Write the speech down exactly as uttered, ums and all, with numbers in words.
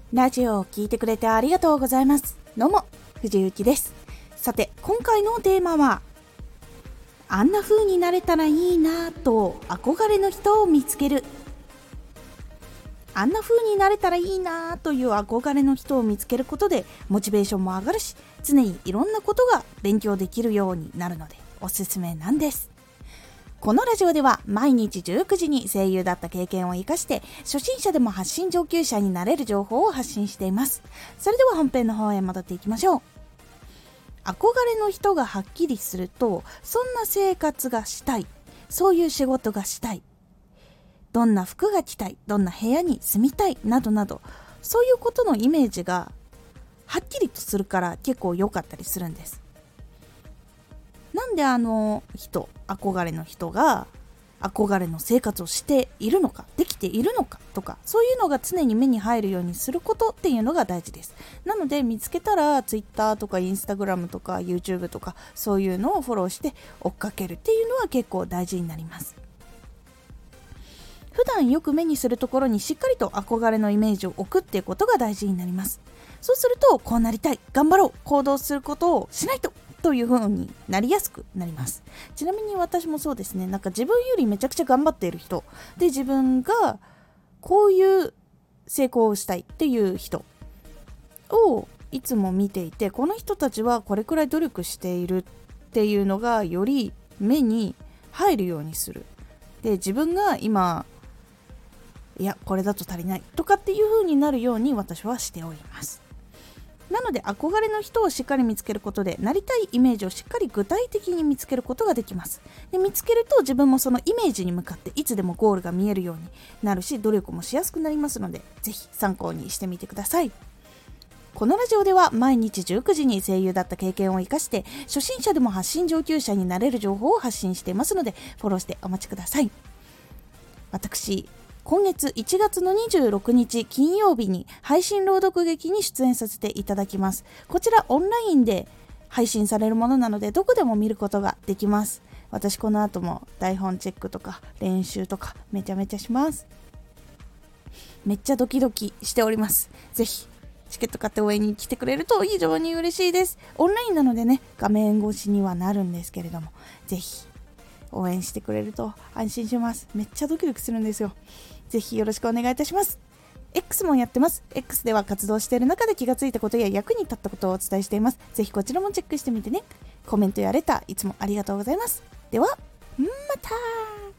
ラジオを聞いてくれてありがとうございます。どうも藤幸です。さて今回のテーマは、あんな風になれたらいいなと憧れの人を見つける。あんな風になれたらいいなという憧れの人を見つけることでモチベーションも上がるし、常にいろんなことが勉強できるようになるのでおすすめなんです。このラジオでは毎日じゅうくじに声優だった経験を生かして初心者でも発信上級者になれる情報を発信しています。それでは本編の方へ戻っていきましょう。憧れの人がはっきりすると、そんな生活がしたい、そういう仕事がしたい、どんな服が着たい、どんな部屋に住みたいなどなど、そういうことのイメージがはっきりとするから結構良かったりするんです。なんであの人、憧れの人が憧れの生活をしているのか、できているのかとか、そういうのが常に目に入るようにすることっていうのが大事です。なので見つけたら Twitter とか Instagram とか YouTube とかそういうのをフォローして追っかけるっていうのは結構大事になります。普段よく目にするところにしっかりと憧れのイメージを置くっていうことが大事になります。そうすると、こうなりたい、頑張ろう、行動することをしないとという風になりやすくなります。ちなみに私もそうですね。なんか自分よりめちゃくちゃ頑張っている人で、自分がこういう成功をしたいっていう人をいつも見ていて、この人たちはこれくらい努力しているっていうのがより目に入るようにする。で、自分が今いやこれだと足りないとかっていう風になるように私はしております。なので憧れの人をしっかり見つけることで、なりたいイメージをしっかり具体的に見つけることができます。で、見つけると自分もそのイメージに向かっていつでもゴールが見えるようになるし、努力もしやすくなりますので、ぜひ参考にしてみてください。このラジオでは毎日じゅうくじに声優だった経験を生かして初心者でも発信上級者になれる情報を発信していますので、フォローしてお待ちください。私今月いちがつのにじゅうろくにち金曜日に配信朗読劇に出演させていただきます。こちらオンラインで配信されるものなので、どこでも見ることができます。私この後も台本チェックとか練習とかめちゃめちゃします。めっちゃドキドキしております。ぜひチケット買って応援に来てくれると非常に嬉しいです。オンラインなのでね、画面越しにはなるんですけれども、ぜひ応援してくれると安心します。めっちゃドキドキするんですよ。ぜひよろしくお願いいたします。 X もやってます。 X では活動している中で気がついたことや役に立ったことをお伝えしています。ぜひこちらもチェックしてみてね。コメントやレターいつもありがとうございます。ではまた。